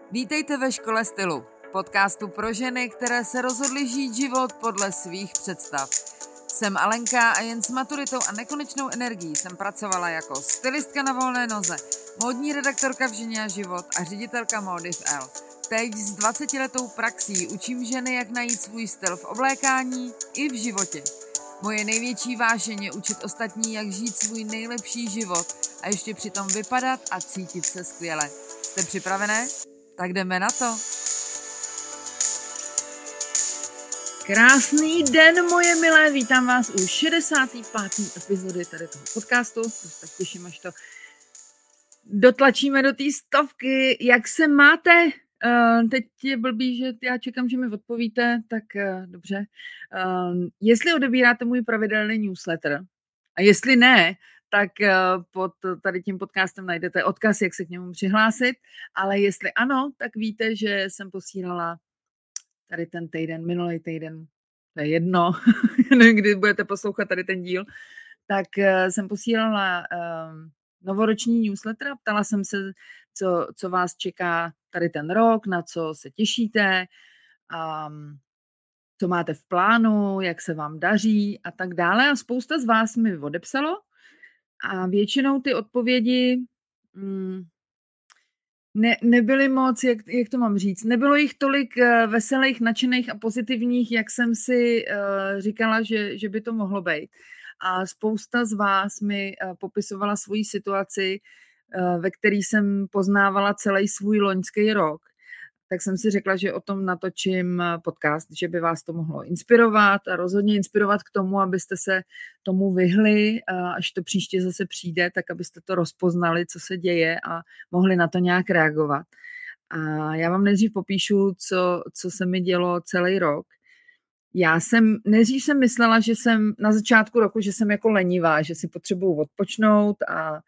Vítejte ve Škole stylu, podcastu pro ženy, které se rozhodly žít život podle svých představ. Jsem Alenka a jen s maturitou a nekonečnou energií jsem pracovala jako stylistka na volné noze, módní redaktorka v Ženě a život a ředitelka módy v L. Teď s 20letou praxí učím ženy, jak najít svůj styl v oblékání i v životě. Moje největší vášeň je učit ostatní, jak žít svůj nejlepší život a ještě přitom vypadat a cítit se skvěle. Jste připravené? Tak jdeme na to. Krásný den, moje milé, vítám vás u 65. epizody tady toho podcastu. Tak těším, až to dotlačíme do té 100. Jak se máte? Teď je blbý, že já čekám, že mi odpovíte, tak dobře. Jestli odebíráte můj pravidelný newsletter a jestli ne, tak pod tady tím podcastem najdete odkaz, jak se k němu přihlásit, ale jestli ano, tak víte, že jsem posílala tady ten týden, minulý týden, to je jedno, kdy budete poslouchat tady ten díl, tak jsem posílala novoroční newsletter a ptala jsem se, co vás čeká tady ten rok, na co se těšíte, co máte v plánu, jak se vám daří a tak dále. A spousta z vás mi odepsalo a většinou ty odpovědi nebyly moc, jak to mám říct, nebylo jich tolik veselých, nadšených a pozitivních, jak jsem si říkala, že by to mohlo být. A spousta z vás mi popisovala svoji situaci, ve které jsem poznávala celý svůj loňský rok. Tak jsem si řekla, že o tom natočím podcast, že by vás to mohlo inspirovat a rozhodně inspirovat k tomu, abyste se tomu vyhli, až to příště zase přijde, tak abyste to rozpoznali, co se děje a mohli na to nějak reagovat. A já vám nejdřív popíšu, co se mi dělo celý rok. Nejdřív jsem myslela, že jsem na začátku roku, že jsem jako lenivá, že si potřebuju odpočnout a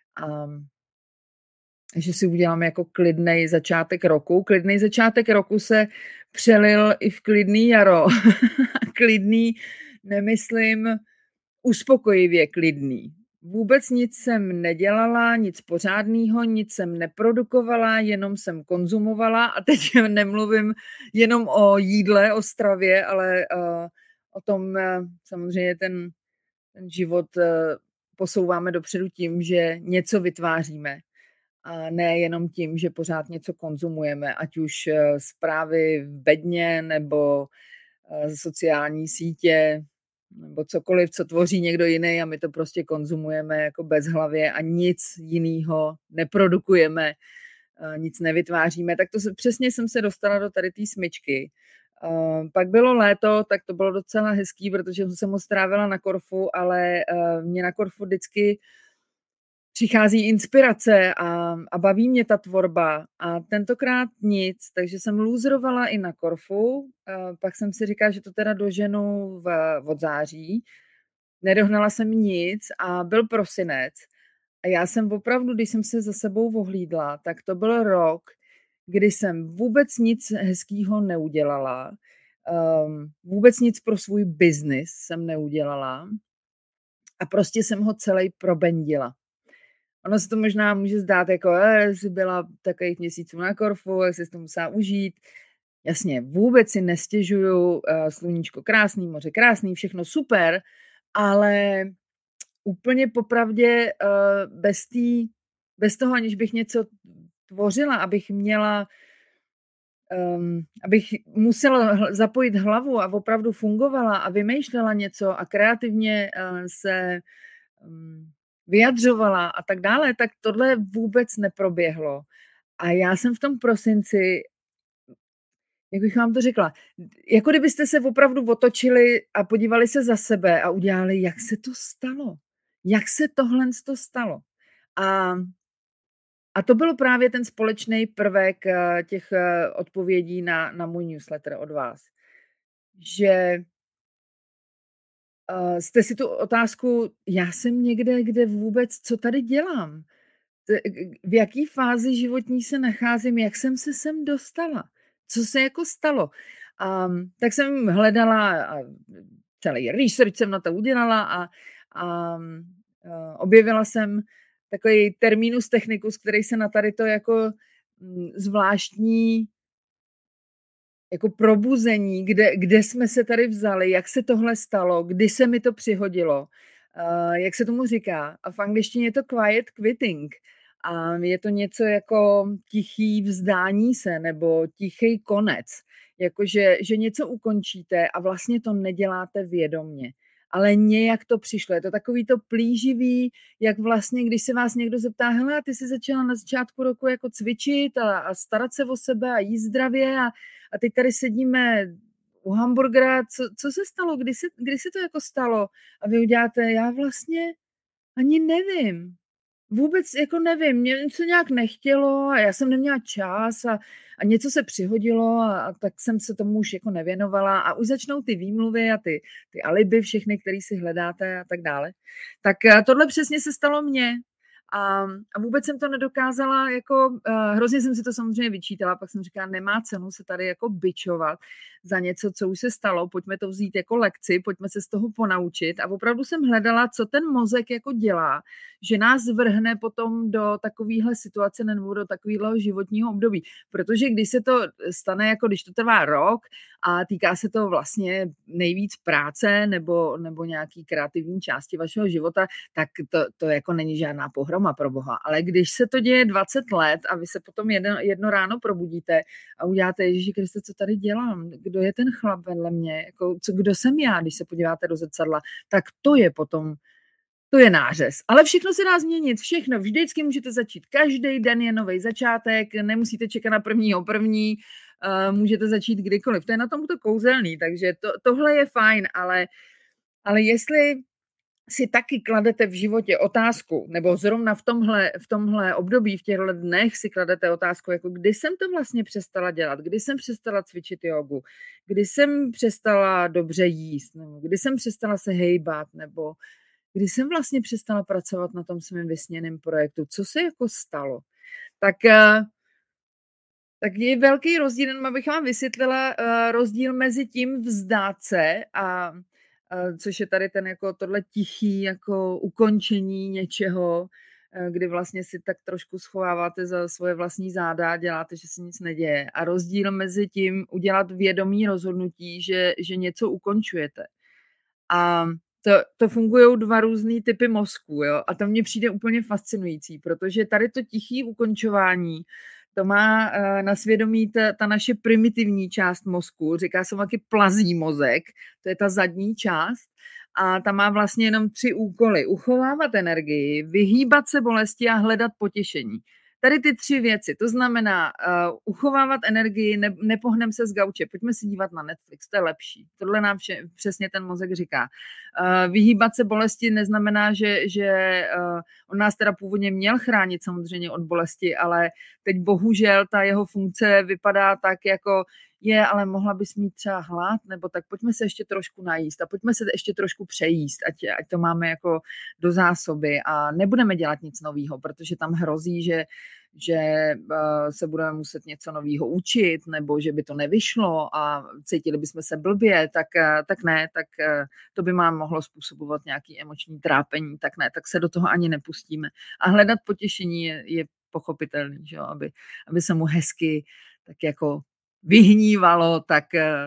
že si udělám jako klidnej začátek roku. Klidnej začátek roku se přelil i v klidný jaro. Klidný, nemyslím uspokojivě klidný. Vůbec nic jsem nedělala, nic pořádného, nic jsem neprodukovala, jenom jsem konzumovala a teď nemluvím jenom o jídle, o stravě, ale o tom samozřejmě ten život posouváme dopředu tím, že něco vytváříme. A ne jenom tím, že pořád něco konzumujeme, ať už zprávy v bedně nebo sociální sítě nebo cokoliv, co tvoří někdo jiný a my to prostě konzumujeme jako bezhlavě a nic jiného neprodukujeme, nic nevytváříme. Tak přesně jsem se dostala do tady té smyčky. Pak bylo léto, tak to bylo docela hezký, protože jsem ho strávila na Korfu, ale mě na Korfu vždycky přichází inspirace a baví mě ta tvorba a tentokrát nic, takže jsem lůzrovala i na Korfu, pak jsem si říkala, že to teda doženu od září, nedohnala jsem nic a byl prosinec a já jsem opravdu, když jsem se za sebou ohlídla, tak to byl rok, kdy jsem vůbec nic hezkýho neudělala, vůbec nic pro svůj biznis jsem neudělala a prostě jsem ho celý probendila. Ono se to možná může zdát jako, jsi byla takových měsíců na Korfu, jak jsi to musela užít. Jasně, vůbec si nestěžuju, sluníčko krásný, moře krásný, všechno super, ale úplně popravdě bez toho, aniž bych něco tvořila, abych musela zapojit hlavu a opravdu fungovala a vymýšlela něco a kreativně se vyjadřovala a tak dále, tak tohle vůbec neproběhlo. A já jsem v tom prosinci, jak bych vám to řekla, jako kdybyste se opravdu otočili a podívali se za sebe a udělali, jak se to stalo. Jak se tohle stalo. A to bylo právě ten společný prvek těch odpovědí na můj newsletter od vás. Že jste si tu otázku, já jsem někde, kde vůbec, co tady dělám? V jaký fázi životní se nacházím, jak jsem se sem dostala? Co se jako stalo? Tak jsem hledala, celý research jsem na to udělala a objevila jsem takový terminus technicus, který se na tady to jako zvláštní jako probuzení, kde jsme se tady vzali, jak se tohle stalo, kdy se mi to přihodilo, jak se tomu říká. A v angličtině je to quiet quitting. A je to něco jako tichý vzdání se nebo tichý konec. Jakože že něco ukončíte a vlastně to neděláte vědomně. Ale nějak to přišlo. Je to takový to plíživý, jak vlastně, když se vás někdo zeptá, hele, ty jsi začala na začátku roku jako cvičit a starat se o sebe a jíst zdravě a teď tady sedíme u hamburgera, co se stalo, kdy se to jako stalo? A vy uděláte, já vlastně ani nevím. Vůbec jako nevím, mě se nějak nechtělo a já jsem neměla čas a něco se přihodilo a tak jsem se tomu už jako nevěnovala a už začnou ty výmluvy a ty alibi všechny, který si hledáte a tak dále. Tak tohle přesně se stalo mně. A vůbec jsem to nedokázala, jako hrozně jsem si to samozřejmě vyčítala, pak jsem říkala, nemá cenu se tady jako bičovat za něco, co už se stalo, pojďme to vzít jako lekci, pojďme se z toho ponaučit a opravdu jsem hledala, co ten mozek jako dělá, že nás vrhne potom do takovéhle situace nebo do takového životního období, protože když se to stane, jako když to trvá rok a týká se to vlastně nejvíc práce nebo nějaký kreativní části vašeho života, tak to jako není žádná pohroma pro boha. Ale když se to děje 20 let a vy se potom jedno ráno probudíte a uděláte, Ježíši Kriste, co tady dělám? Kdo je ten chlap vedle mě? Jako, kdo jsem já, když se podíváte do zrcadla? Tak to je potom, to je nářez. Ale všechno se dá změnit, všechno. Vždycky můžete začít. Každý den je nový začátek, nemusíte čekat na 1.1., můžete začít kdykoliv. To je na tom to kouzelný, takže tohle je fajn, ale jestli si taky kladete v životě otázku, nebo zrovna v tomhle období, v těchto dnech si kladete otázku, jako kdy jsem to vlastně přestala dělat, kdy jsem přestala cvičit jogu, kdy jsem přestala dobře jíst, nebo kdy jsem přestala se hejbat, nebo kdy jsem vlastně přestala pracovat na tom svém vysněném projektu, co se jako stalo. Tak je velký rozdíl, abych vám vysvětlila rozdíl mezi tím vzdát se a což je tady ten jako tohle tichý jako ukončení něčeho, kdy vlastně si tak trošku schováváte za svoje vlastní záda a děláte, že se nic neděje. A rozdíl mezi tím udělat vědomí rozhodnutí, že něco ukončujete. A to fungují dva různý typy mozku, jo? A to mně přijde úplně fascinující, protože tady to tichý ukončování, to má na svědomí ta naše primitivní část mozku, říká se taky plazí mozek, to je ta zadní část a ta má vlastně jenom 3 úkoly. Uchovávat energii, vyhýbat se bolesti a hledat potěšení. Tady ty 3 věci, to znamená uchovávat energii, nepohnem se z gauče, pojďme se dívat na Netflix, to je lepší. Tohle nám přesně ten mozek říká. Vyhýbat se bolesti neznamená, že on nás teda původně měl chránit samozřejmě od bolesti, ale teď bohužel ta jeho funkce vypadá tak jako ale mohla bys mít třeba hlad, nebo tak pojďme se ještě trošku najíst a pojďme se ještě trošku přejíst, ať to máme jako do zásoby a nebudeme dělat nic nového, protože tam hrozí, že se budeme muset něco nového učit, nebo že by to nevyšlo a cítili bychom se blbě, tak ne, tak to by nám mohlo způsobovat nějaké emoční trápení, tak ne, tak se do toho ani nepustíme. A hledat potěšení je pochopitelný, že jo, aby se mu hezky tak jako vyhnívalo, tak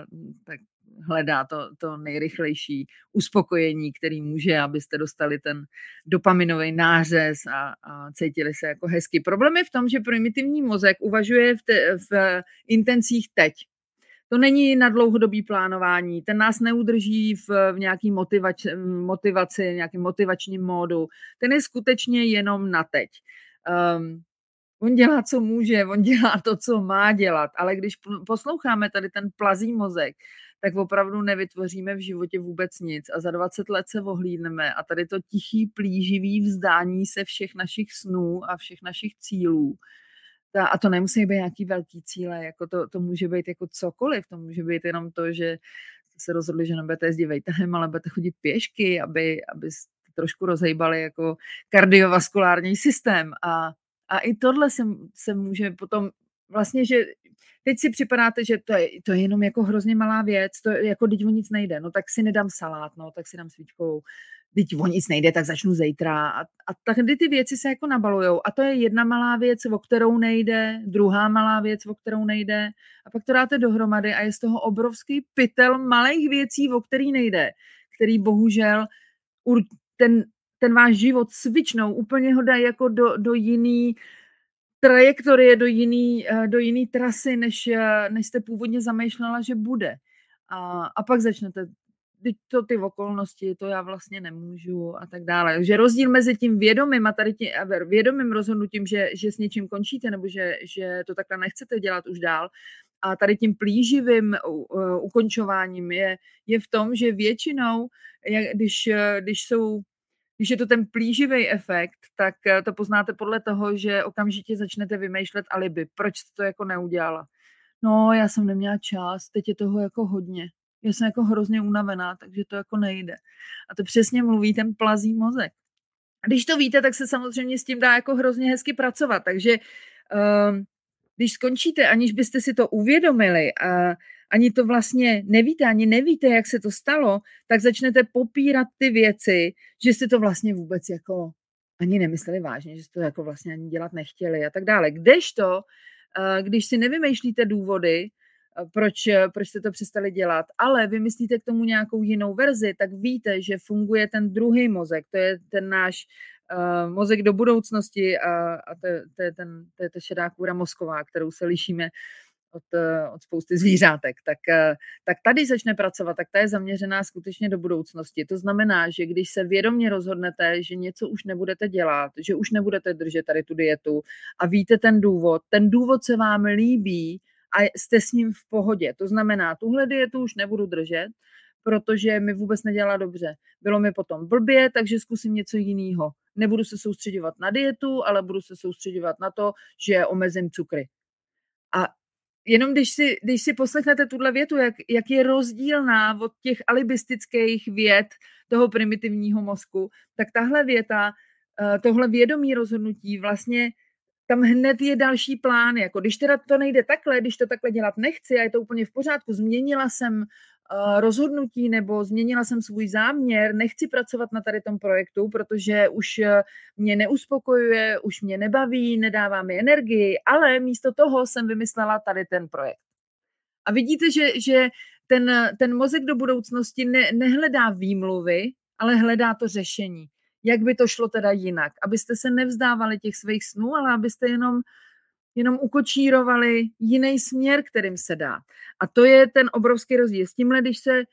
hledá to nejrychlejší uspokojení, který může, abyste dostali ten dopaminový nářez a cítili se jako hezky. Problém je v tom, že primitivní mozek uvažuje v intencích teď. To není na dlouhodobý plánování, ten nás neudrží v nějaký motivaci, v nějakém motivačním módu, ten je skutečně jenom na teď. On dělá, co může, on dělá to, co má dělat, ale když posloucháme tady ten plazí mozek, tak opravdu nevytvoříme v životě vůbec nic a za 20 let se ohlídneme a tady to tichý, plíživý vzdání se všech našich snů a všech našich cílů. A to nemusí být nějaký velký cíle, jako to může být jako cokoliv, to může být jenom to, že jste se rozhodli, že nebudete jezdit vejtahem, ale budete chodit pěšky, aby trošku rozhejbali jako kardiovaskulární systém a i tohle se může potom vlastně, že teď si připadáte, že to je jenom jako hrozně malá věc, to je jako teď o nic nejde, no tak si nedám salát, no tak si dám svíčkovou, teď o nic nejde, tak začnu zítra a tady ty věci se jako nabalujou a to je jedna malá věc, o kterou nejde, druhá malá věc, o kterou nejde a pak to dáte dohromady a je z toho obrovský pytel malých věcí, o který nejde, který bohužel ten váš život svičnou, úplně ho dají jako do jiný trajektorie, do jiný trasy, než jste původně zamýšlela, že bude. A pak začnete, ty okolnosti, to já vlastně nemůžu a tak dále. Takže rozdíl mezi tím vědomým a tady tím vědomým rozhodnutím, že s něčím končíte, nebo že to takhle nechcete dělat už dál, a tady tím plíživým ukončováním je v tom, že většinou, když je to ten plíživý efekt, tak to poznáte podle toho, že okamžitě začnete vymýšlet alibi. Proč jste to jako neudělala? No, já jsem neměla čas, teď je toho jako hodně. Já jsem jako hrozně unavená, takže to jako nejde. A to přesně mluví ten plazí mozek. A když to víte, tak se samozřejmě s tím dá jako hrozně hezky pracovat. Takže když skončíte, aniž byste si to uvědomili a ani to vlastně nevíte, jak se to stalo, tak začnete popírat ty věci, že jste to vlastně vůbec jako ani nemysleli vážně, že jste to jako vlastně ani dělat nechtěli a tak dále. Kdežto, když si nevymýšlíte důvody, proč jste to přestali dělat, ale vymyslíte k tomu nějakou jinou verzi, tak víte, že funguje ten druhý mozek, to je ten náš mozek do budoucnosti a to je ta šedá kůra mozková, kterou se lišíme od spousty zvířátek. Tak tady začne pracovat, tak ta je zaměřená skutečně do budoucnosti. To znamená, že když se vědomě rozhodnete, že něco už nebudete dělat, že už nebudete držet tady tu dietu a víte ten důvod se vám líbí a jste s ním v pohodě. To znamená, tuhle dietu už nebudu držet, protože mi vůbec nedělá dobře. Bylo mi potom blbě, takže zkusím něco jiného. Nebudu se soustředovat na dietu, ale budu se soustředovat na to, že omezím cukry. A jenom když si poslechnete tuhle větu, jak je rozdílná od těch alibistických vět toho primitivního mozku, tak tahle věta, tohle vědomí rozhodnutí vlastně tam hned je další plán, jako když teda to nejde takhle, když to takhle dělat nechci a je to úplně v pořádku, změnila jsem rozhodnutí nebo změnila jsem svůj záměr, nechci pracovat na tady tom projektu, protože už mě neuspokojuje, už mě nebaví, nedává mi energii, ale místo toho jsem vymyslela tady ten projekt. A vidíte, že ten mozek do budoucnosti nehledá výmluvy, ale hledá to řešení. Jak by to šlo teda jinak? Abyste se nevzdávali těch svých snů, ale abyste jenom ukočírovali jiný směr, kterým se dá. A to je ten obrovský rozdíl. S tímhle,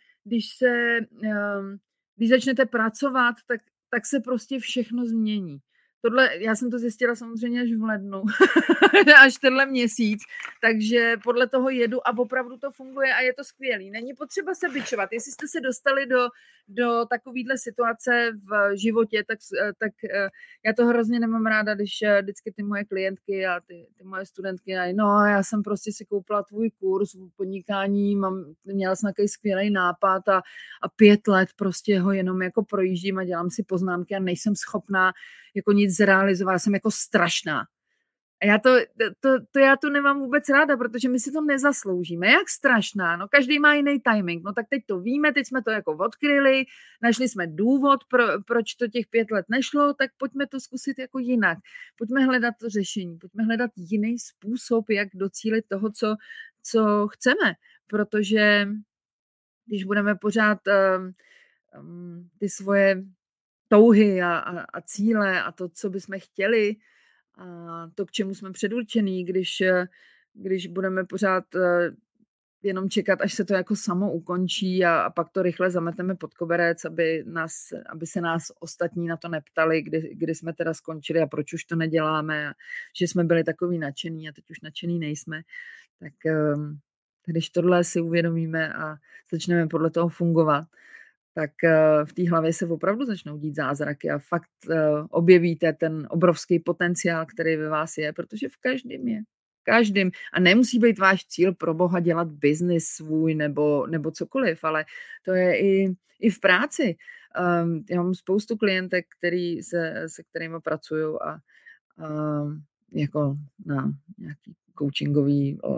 když začnete pracovat, tak se prostě všechno změní. Tohle, já jsem to zjistila samozřejmě až v lednu, až tenhle měsíc, takže podle toho jedu a opravdu to funguje a je to skvělý. Není potřeba se bičovat. Jestli jste se dostali do takovýhle situace v životě, tak já to hrozně nemám ráda, když vždycky ty moje klientky a ty moje studentky dají, no já jsem prostě si koupila tvůj kurz v podnikání, měla jsem takový skvělý nápad a 5 let prostě ho jenom jako projíždím a dělám si poznámky a nejsem schopná jako nic zrealizovat, jsem jako strašná. A já to nemám vůbec ráda, protože my si to nezasloužíme. Jak strašná? No každý má jiný timing. No tak teď to víme, teď jsme to jako odkryli, našli jsme důvod, proč to těch 5 let nešlo, tak pojďme to zkusit jako jinak. Pojďme hledat to řešení, pojďme hledat jiný způsob, jak docílit toho, co chceme. Protože když budeme pořád ty svoje touhy a cíle a to, co bychom chtěli a to, k čemu jsme předurčení, když budeme pořád jenom čekat, až se to jako samo ukončí a pak to rychle zameteme pod koberec, aby se nás ostatní na to neptali, kdy jsme teda skončili a proč už to neděláme a že jsme byli takový nadšený a teď už nadšený nejsme, tak když tohle si uvědomíme a začneme podle toho fungovat, tak v té hlavě se opravdu začnou dít zázraky a fakt objevíte ten obrovský potenciál, který ve vás je, protože v každém je. Každým. A nemusí být váš cíl pro Boha dělat biznis svůj nebo cokoliv, ale to je i v práci. Já mám spoustu klientek, se kterými pracuju a jako na nějaký coachingový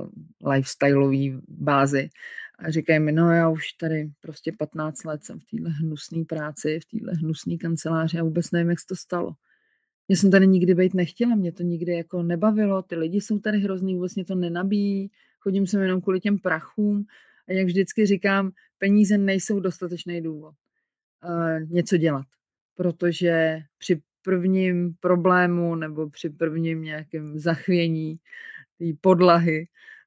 lifestyleový bázi. A říkají mi, no já už tady prostě 15 let jsem v téhle hnusné práci, v téhle hnusné kanceláři a vůbec nevím, jak se to stalo. Já jsem tady nikdy být nechtěla, mě to nikdy jako nebavilo, ty lidi jsou tady hrozný, vůbec mě to nenabíjí, chodím sem jenom kvůli těm prachům a jak vždycky říkám, peníze nejsou dostatečný důvod něco dělat, protože při prvním problému nebo při prvním nějakém zachvění té podlahy,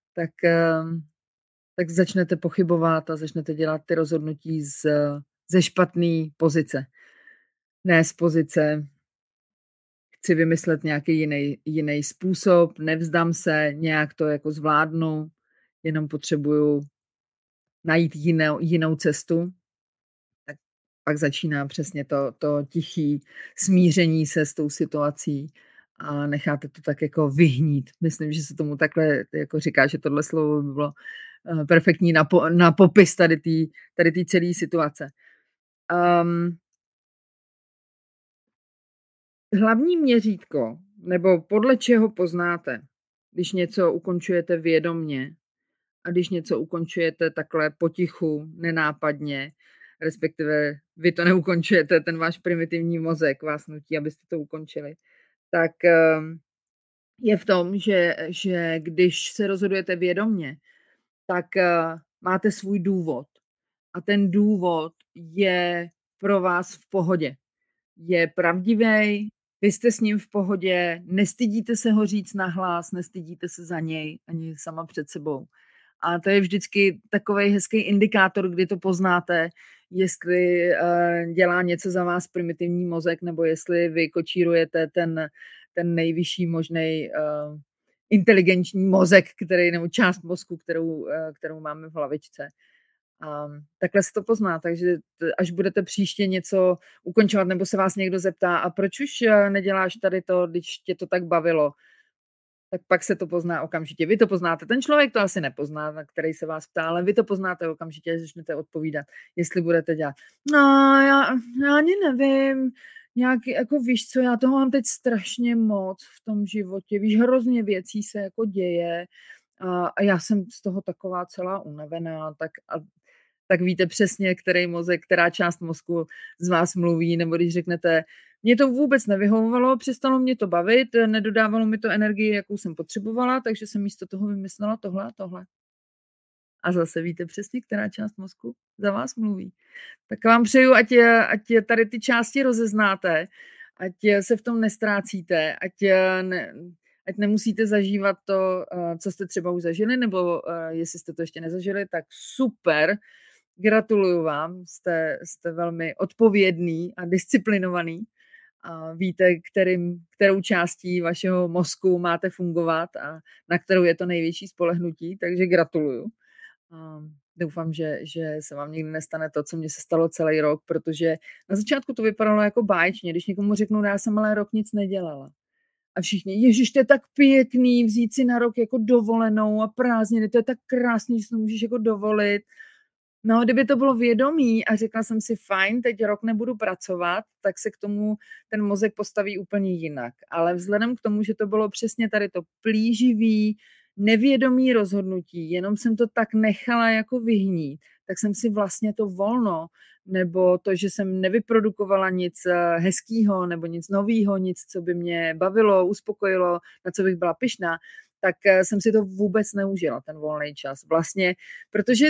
tak začnete pochybovat a začnete dělat ty rozhodnutí ze špatné pozice. Ne z pozice chci vymyslet nějaký jiný způsob, nevzdám se, nějak to jako zvládnu, jenom potřebuju najít jinou cestu. Tak pak začíná přesně to tiché smíření se s tou situací a necháte to tak jako vyhnít. Myslím, že se tomu takhle jako říká, že tohle slovo by bylo perfektní na popis tady té celé situace. Hlavní měřítko, nebo podle čeho poznáte, když něco ukončujete vědomně a když něco ukončujete takhle potichu, nenápadně, respektive vy to neukončujete, ten váš primitivní mozek vás nutí, abyste to ukončili, tak je v tom, že když se rozhodujete vědomně, tak máte svůj důvod. A ten důvod je pro vás v pohodě. Je pravdivý, vy jste s ním v pohodě, nestydíte se ho říct nahlas, nestydíte se za něj ani sama před sebou. A to je vždycky takový hezký indikátor, kdy to poznáte, jestli dělá něco za vás primitivní mozek, nebo jestli vy kočírujete ten nejvyšší možný inteligenční mozek, nebo část mozku, kterou máme v hlavičce. Takhle se to pozná, takže až budete příště něco ukončovat, nebo se vás někdo zeptá, a proč už neděláš tady to, když tě to tak bavilo, tak pak se to pozná okamžitě. Vy to poznáte, ten člověk to asi nepozná, na který se vás ptá, ale vy to poznáte okamžitě, až začnete odpovídat, jestli budete dělat. No, já ani nevím, nějaký, jako víš co, já toho mám teď strašně moc v tom životě, víš, hrozně věcí se jako děje a já jsem z toho taková celá unavená, tak víte přesně, který mozek, která část mozku z vás mluví, nebo když řeknete, mě to vůbec nevyhovovalo, přestalo mě to bavit, nedodávalo mi to energii, jakou jsem potřebovala, takže jsem místo toho vymyslela tohle a tohle. A zase víte přesně, která část mozku za vás mluví. Tak vám přeju, ať tady ty části rozeznáte, ať se v tom nestrácíte, ať nemusíte zažívat to, co jste třeba už zažili, nebo jestli jste to ještě nezažili, tak super, gratuluju vám, jste velmi odpovědný a disciplinovaný a víte, kterou částí vašeho mozku máte fungovat a na kterou je to největší spolehnutí, takže gratuluju. Doufám, že se vám nikdy nestane to, co mně se stalo celý rok, protože na začátku to vypadalo jako báječně, když někomu řeknu, já jsem ale rok nic nedělala. A všichni, ježiš, to je tak pěkný, vzít si na rok jako dovolenou a prázdniny, to je tak krásný, že si to můžeš jako dovolit. No, kdyby to bylo vědomí a řekla jsem si, fajn, teď rok nebudu pracovat, tak se k tomu ten mozek postaví úplně jinak. Ale vzhledem k tomu, že to bylo přesně tady to plíživý, nevědomý rozhodnutí, jenom jsem to tak nechala jako vyhnít, tak jsem si vlastně to volno, nebo to, že jsem nevyprodukovala nic hezkýho, nebo nic novýho, nic, co by mě bavilo, uspokojilo, na co bych byla pyšná, tak jsem si to vůbec neužila, ten volný čas. Vlastně, protože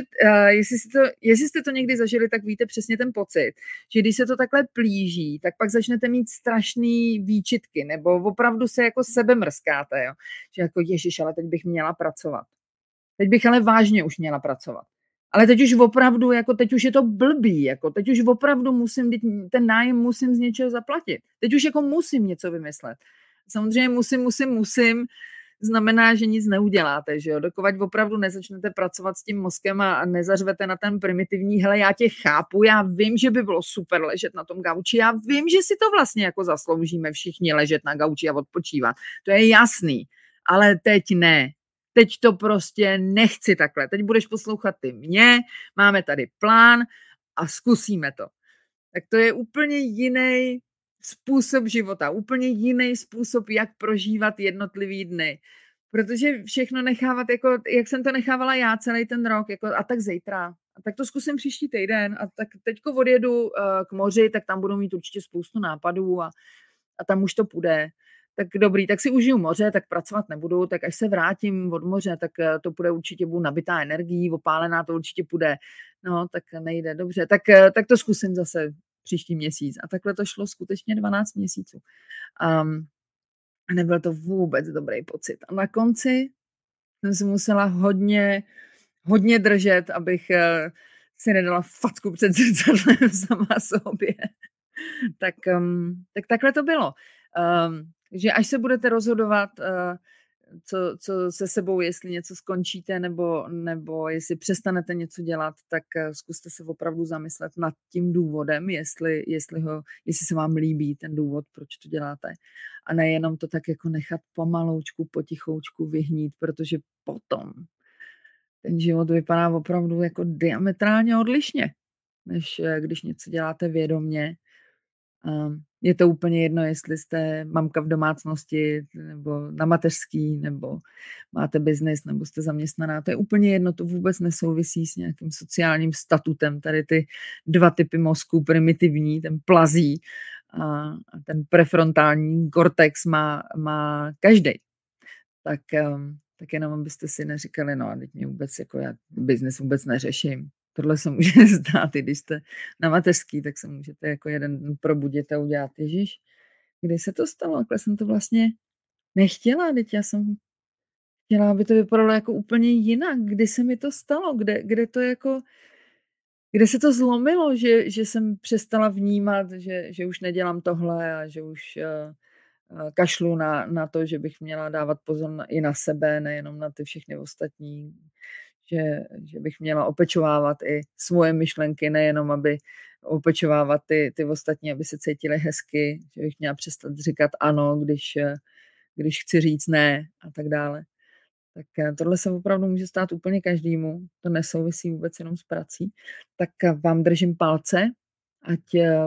jestli jste to někdy zažili, tak víte přesně ten pocit, že když se to takhle plíží, tak pak začnete mít strašný výčitky, nebo opravdu se jako sebe mrskáte, jo? Že jako ježiš, ale teď bych měla pracovat. Teď bych ale vážně už měla pracovat. Ale teď už opravdu, jako teď už je to blbý, jako teď už opravdu ten nájem musím z něčeho zaplatit. Teď už jako musím něco vymyslet. Samozřejmě musím, znamená, že nic neuděláte, že jo? Dokud opravdu nezačnete pracovat s tím mozkem a nezařvete na ten primitivní, hele, já tě chápu, já vím, že by bylo super ležet na tom gauči, já vím, že si to vlastně jako zasloužíme všichni ležet na gauči a odpočívat. To je jasný, ale teď ne. Teď to prostě nechci takhle. Teď budeš poslouchat ty mě, máme tady plán a zkusíme to. Tak to je úplně jiný způsob života, úplně jiný způsob, jak prožívat jednotlivý dny. Protože všechno nechávat, jako, jak jsem to nechávala já celý ten rok, jako, a tak zítra. A tak to zkusím příští týden. A tak teďko odjedu k moři, tak tam budu mít určitě spoustu nápadů a tam už to půjde. Tak dobrý, tak si užiju moře, tak pracovat nebudu, tak až se vrátím od moře, tak to půjde určitě, budu nabitá energií, opálená, to určitě půjde. No, tak nejde, dobře, tak to zkusím zase příští měsíc. A takhle to šlo skutečně 12 měsíců. A nebyl to vůbec dobrý pocit. A na konci jsem si musela hodně držet, abych si nedala facku před zrcadlem sama sobě. Tak takhle to bylo. Že až se budete rozhodovat, co se sebou, jestli něco skončíte nebo jestli přestanete něco dělat, tak zkuste se opravdu zamyslet nad tím důvodem, jestli se vám líbí ten důvod, proč to děláte. A nejenom to tak jako nechat pomaloučku, potichoučku vyhnít, protože potom ten život vypadá opravdu jako diametrálně odlišně, než když něco děláte vědomě. Je to úplně jedno, jestli jste mamka v domácnosti, nebo na mateřský, nebo máte biznis, nebo jste zaměstnaná. To je úplně jedno, to vůbec nesouvisí s nějakým sociálním statutem. Tady ty dva typy mozku, primitivní, ten plazí a ten prefrontální kortex má každý. Tak jenom abyste si neříkali, no a teď mě vůbec, jako já biznis vůbec neřeším. Tohle se může zdát, i když jste na mateřský, tak se můžete jako jeden probudit a udělat, ježiš, kdy se to stalo, takhle jsem to vlastně nechtěla, teď já jsem chtěla, aby to vypadalo jako úplně jinak, kdy se mi to stalo, kde se to zlomilo, že jsem přestala vnímat, že už nedělám tohle a že už kašlu na to, že bych měla dávat pozor i na sebe, nejenom na ty všechny ostatní, že bych měla opečovávat i svoje myšlenky, nejenom aby opečovávat ty ostatní, aby se cítili hezky, že bych měla přestat říkat ano, když chci říct ne a tak dále. Tak tohle se opravdu může stát úplně každému, to nesouvisí vůbec jenom s prací. Tak vám držím palce, ať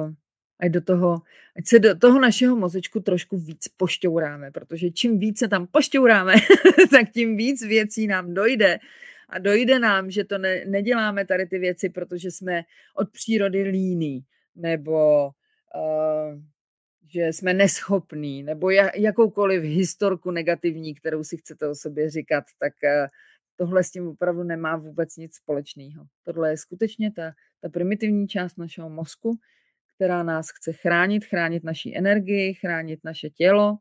se do toho našeho mozečku trošku víc pošťouráme, protože čím víc se tam pošťouráme, tak tím víc věcí nám dojde. A dojde nám, že to neděláme tady ty věci, protože jsme od přírody líní, nebo že jsme neschopní, nebo jakoukoliv historku negativní, kterou si chcete o sobě říkat, tak tohle s tím opravdu nemá vůbec nic společného. Tohle je skutečně ta primitivní část našeho mozku, která nás chce chránit naši energii, chránit naše tělo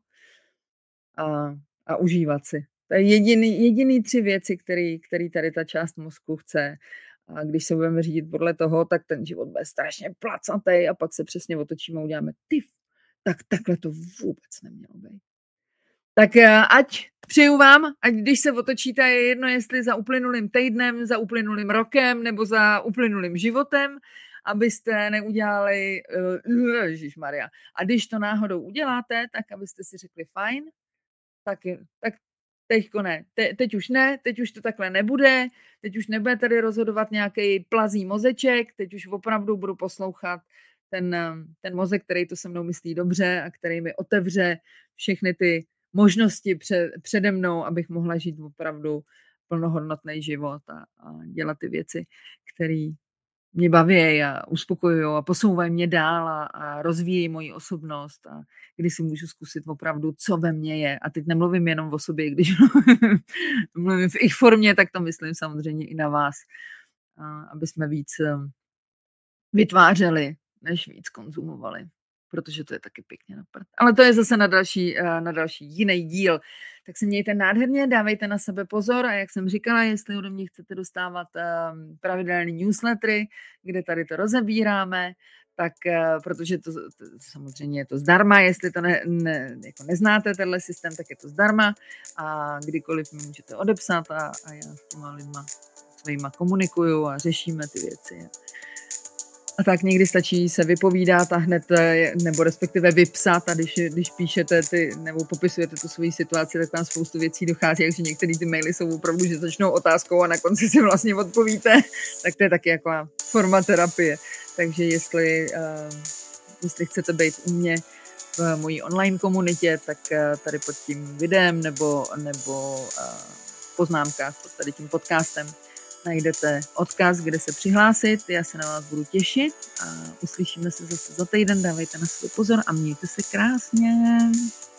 a užívat si. To je jediný 3 věci, který tady ta část mozku chce. A když se budeme řídit podle toho, tak ten život bude strašně placatý a pak se přesně otočíme a uděláme tak takhle to vůbec nemělo být. Tak přeju vám, ať když se otočíte, je jedno, jestli za uplynulým týdnem, za uplynulým rokem nebo za uplynulým životem, abyste neudělali ježišmarja. A když to náhodou uděláte, tak abyste si řekli fajn, tak teďko ne. Teď už to takhle nebude, teď už nebude tady rozhodovat nějaký plazí mozeček, teď už opravdu budu poslouchat ten mozek, který to se mnou myslí dobře a který mi otevře všechny ty možnosti přede mnou, abych mohla žít opravdu plnohodnotný život a dělat ty věci, které mě baví a uspokojují a posouvají mě dál a rozvíjí moji osobnost a kdy si můžu zkusit opravdu, co ve mně je. A teď nemluvím jenom o sobě, když mluvím v ich formě, tak to myslím samozřejmě i na vás, aby jsme víc vytvářeli, než víc konzumovali. Protože to je taky pěkně na prd. Ale to je zase na další jiný díl. Tak se mějte nádherně, dávejte na sebe pozor a jak jsem říkala, jestli ode mě chcete dostávat pravidelné newslettery, kde tady to rozebíráme, tak protože to samozřejmě je to zdarma, jestli to jako neznáte tenhle systém, tak je to zdarma a kdykoliv mi můžete odepsat a já s těma lidma svýma komunikuju a řešíme ty věci. A tak někdy stačí se vypovídat a hned, nebo respektive vypsat a když píšete nebo popisujete tu svoji situaci, tak tam spoustu věcí dochází, takže některé ty maily jsou opravdu, že začnou otázkou a na konci si vlastně odpovíte, tak to je taky jako forma terapie. Takže jestli chcete být u mě v mojí online komunitě, tak tady pod tím videem nebo v poznámkách pod tady tím podcastem najdete odkaz, kde se přihlásit. Já se na vás budu těšit a uslyšíme se zase za týden. Dávejte na sebe pozor a mějte se krásně.